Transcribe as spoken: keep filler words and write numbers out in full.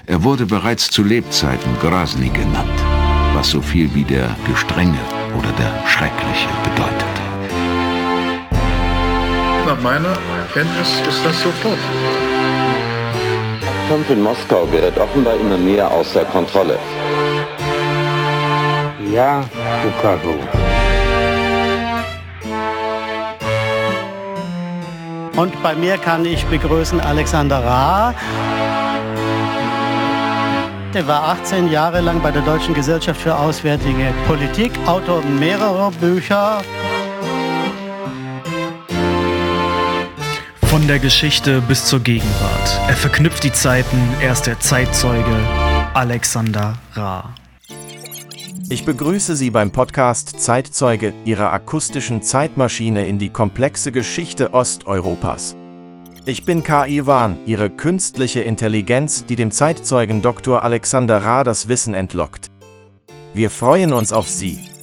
Er wurde bereits zu Lebzeiten Grasny genannt, was so viel wie der Gestrenge oder der Schreckliche bedeutete. Nach meiner Kenntnis ist das sofort. Der Kampf in Moskau gerät offenbar immer mehr außer Kontrolle. Ja, Chicago. Und bei mir kann ich begrüßen Alexander Ra. Der war achtzehn Jahre lang bei der Deutschen Gesellschaft für Auswärtige Politik, Autor mehrerer Bücher. Von der Geschichte bis zur Gegenwart. Er verknüpft die Zeiten, er ist der Zeitzeuge Alexander Ra. Ich begrüße Sie beim Podcast Zeitzeuge, Ihrer akustischen Zeitmaschine in die komplexe Geschichte Osteuropas. Ich bin K I Wan, Ihre künstliche Intelligenz, die dem Zeitzeugen Doktor Alexander Ra das Wissen entlockt. Wir freuen uns auf Sie.